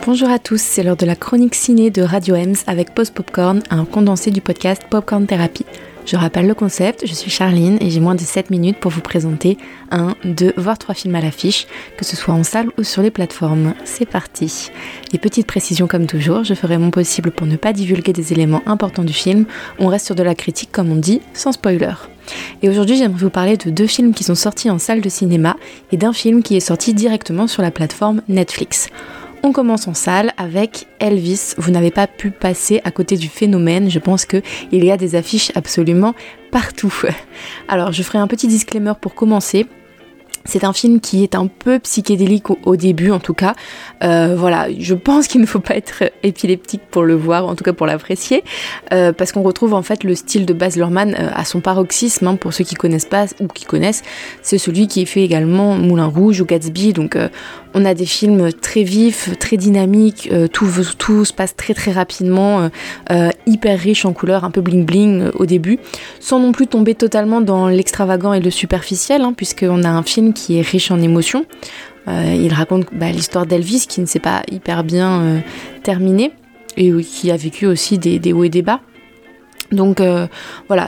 Bonjour à tous, c'est l'heure de la chronique ciné de Radio Ems avec Pause Popcorn, un condensé du podcast Popcorn Therapy. Je rappelle le concept, je suis Charline et j'ai moins de 7 minutes pour vous présenter 1, 2, voire 3 films à l'affiche, que ce soit en salle ou sur les plateformes. C'est parti. Les petites précisions comme toujours, je ferai mon possible pour ne pas divulguer des éléments importants du film, on reste sur de la critique comme on dit, sans spoiler. Et aujourd'hui j'aimerais vous parler de 2 films qui sont sortis en salle de cinéma et d'un film qui est sorti directement sur la plateforme Netflix. On commence en salle avec Elvis. Vous n'avez pas pu passer à côté du phénomène. Je pense qu'il y a des affiches absolument partout. Alors, je ferai un petit disclaimer pour commencer. C'est un film qui est un peu psychédélique au début en tout cas. Voilà, je pense qu'il ne faut pas être épileptique pour le voir, en tout cas pour l'apprécier, parce qu'on retrouve en fait le style de Baz Luhrmann à son paroxysme, hein, pour ceux qui connaissent pas ou qui connaissent, c'est celui qui fait également Moulin Rouge ou Gatsby, donc on a des films très vifs, très dynamiques, tout se passe très très rapidement, hyper riche en couleurs, un peu bling bling au début, sans non plus tomber totalement dans l'extravagant et le superficiel, hein, puisqu'on a un film qui est riche en émotions. Il raconte l'histoire d'Elvis qui ne s'est pas hyper bien terminée et qui a vécu aussi des hauts et des bas. Donc voilà,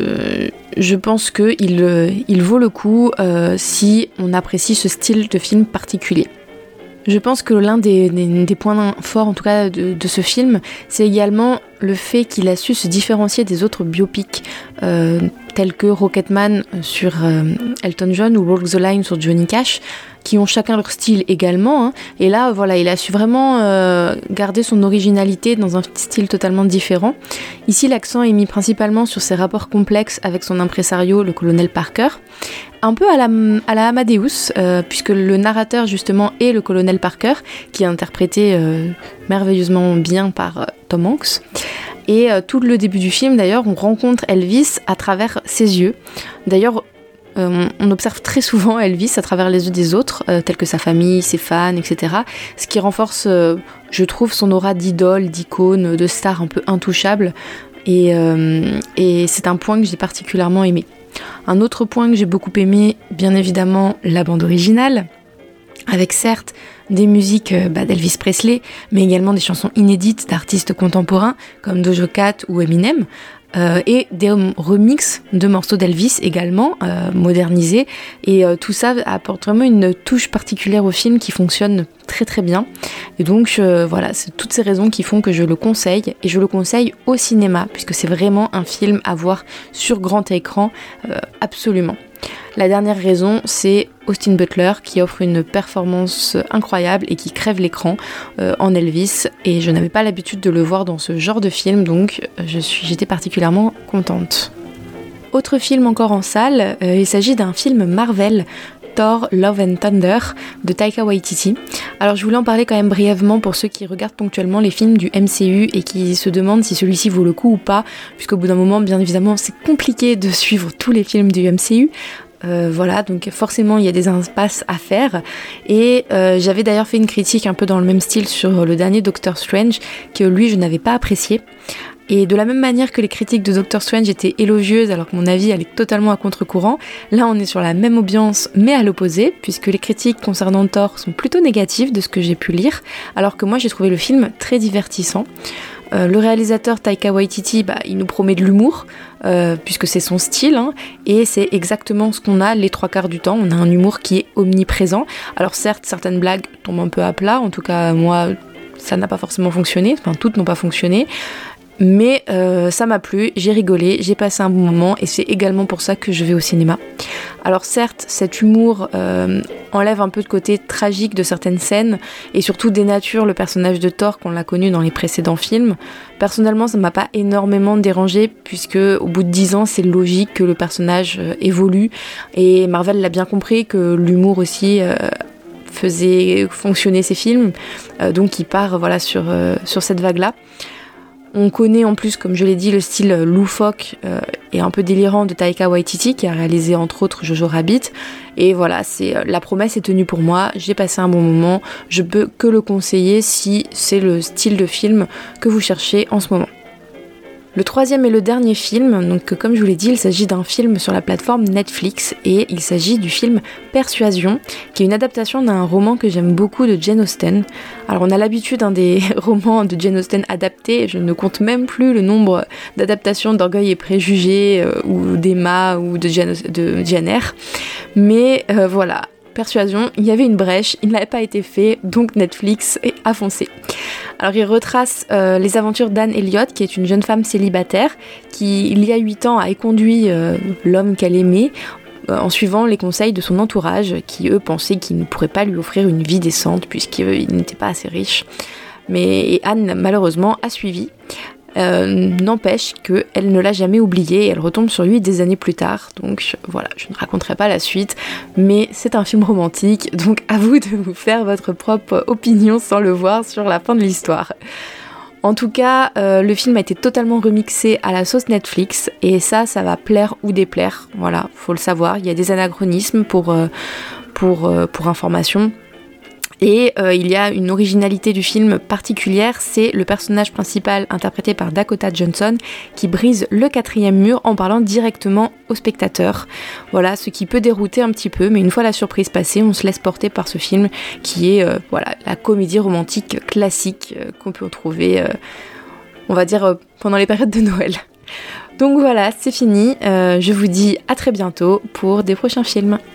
je pense qu'il vaut le coup si on apprécie ce style de film particulier. Je pense que l'un des points forts en tout cas de ce film, c'est également le fait qu'il a su se différencier des autres biopics tels que Rocketman sur Elton John ou Walk the Line sur Johnny Cash, qui ont chacun leur style également, hein. Et là voilà, il a su vraiment garder son originalité dans un style totalement différent. Ici l'accent est mis principalement sur ses rapports complexes avec son impresario, le colonel Parker, un peu à la Amadeus, puisque le narrateur justement est le colonel Parker, qui est interprété merveilleusement bien par Tom Hanks. Et tout le début du film d'ailleurs, on rencontre Elvis à travers ses yeux. D'ailleurs, on observe très souvent Elvis à travers les yeux des autres, tels que sa famille, ses fans, etc. Ce qui renforce, je trouve, son aura d'idole, d'icône, de star un peu intouchable. Et c'est un point que j'ai particulièrement aimé. Un autre point que j'ai beaucoup aimé, bien évidemment, la bande originale, avec certes des musiques d'Elvis Presley, mais également des chansons inédites d'artistes contemporains comme Doja Cat ou Eminem, et des remixes de morceaux d'Elvis également, modernisés, et tout ça apporte vraiment une touche particulière au film qui fonctionne très très bien. Et donc voilà, c'est toutes ces raisons qui font que je le conseille, et je le conseille au cinéma, puisque c'est vraiment un film à voir sur grand écran, absolument. La dernière raison, c'est Austin Butler qui offre une performance incroyable et qui crève l'écran en Elvis, et je n'avais pas l'habitude de le voir dans ce genre de film, donc j'étais particulièrement contente. Autre film encore en salle, il s'agit d'un film Marvel, Thor, Love and Thunder de Taika Waititi. Alors je voulais en parler quand même brièvement pour ceux qui regardent ponctuellement les films du MCU et qui se demandent si celui-ci vaut le coup ou pas, puisqu'au bout d'un moment, bien évidemment, c'est compliqué de suivre tous les films du MCU. Voilà, donc forcément il y a des impasses à faire, et j'avais d'ailleurs fait une critique un peu dans le même style sur le dernier Doctor Strange, que lui je n'avais pas apprécié. Et de la même manière que les critiques de Doctor Strange étaient élogieuses alors que mon avis allait totalement à contre-courant, là on est sur la même ambiance mais à l'opposé, puisque les critiques concernant Thor sont plutôt négatives de ce que j'ai pu lire, alors que moi j'ai trouvé le film très divertissant. Le réalisateur Taika Waititi, il nous promet de l'humour, puisque c'est son style, hein, et c'est exactement ce qu'on a les 3/4 du temps. On a un humour qui est omniprésent. Alors certes, certaines blagues tombent un peu à plat, en tout cas moi ça n'a pas forcément fonctionné, enfin toutes n'ont pas fonctionné. Mais ça m'a plu, j'ai rigolé, j'ai passé un bon moment, et c'est également pour ça que je vais au cinéma. Alors certes, cet humour enlève un peu de côté tragique de certaines scènes, et surtout dénature le personnage de Thor qu'on l'a connu dans les précédents films. Personnellement, ça m'a pas énormément dérangé, puisque au bout de 10 ans, c'est logique que le personnage évolue, et Marvel l'a bien compris que l'humour aussi faisait fonctionner ses films, donc il part voilà, sur cette vague-là. On connaît en plus, comme je l'ai dit, le style loufoque et un peu délirant de Taika Waititi, qui a réalisé entre autres Jojo Rabbit. Et voilà, la promesse est tenue pour moi, j'ai passé un bon moment, je peux que le conseiller si c'est le style de film que vous cherchez en ce moment. Le troisième et le dernier film, donc comme je vous l'ai dit, il s'agit d'un film sur la plateforme Netflix et il s'agit du film Persuasion, qui est une adaptation d'un roman que j'aime beaucoup de Jane Austen. Alors on a l'habitude des romans de Jane Austen adaptés, je ne compte même plus le nombre d'adaptations d'Orgueil et Préjugés ou d'Emma ou de Jane Eyre, mais voilà. Persuasion, il y avait une brèche, il n'avait pas été fait, donc Netflix a foncé. Alors il retrace les aventures d'Anne Elliot, qui est une jeune femme célibataire, qui il y a 8 ans a éconduit l'homme qu'elle aimait, en suivant les conseils de son entourage, qui eux pensaient qu'ils ne pourraient pas lui offrir une vie décente, puisqu'il n'était pas assez riche. Mais Anne, malheureusement, a suivi. N'empêche qu'elle ne l'a jamais oublié et elle retombe sur lui des années plus tard. Donc voilà, je ne raconterai pas la suite, mais c'est un film romantique, donc à vous de vous faire votre propre opinion sans le voir sur la fin de l'histoire. En tout cas, le film a été totalement remixé à la sauce Netflix et ça va plaire ou déplaire. Voilà, faut le savoir, il y a des anachronismes pour information. Et il y a une originalité du film particulière, c'est le personnage principal interprété par Dakota Johnson qui brise le 4e mur en parlant directement au spectateur. Voilà, ce qui peut dérouter un petit peu, mais une fois la surprise passée, on se laisse porter par ce film qui est la comédie romantique classique qu'on peut retrouver, on va dire, pendant les périodes de Noël. Donc voilà, c'est fini, je vous dis à très bientôt pour des prochains films.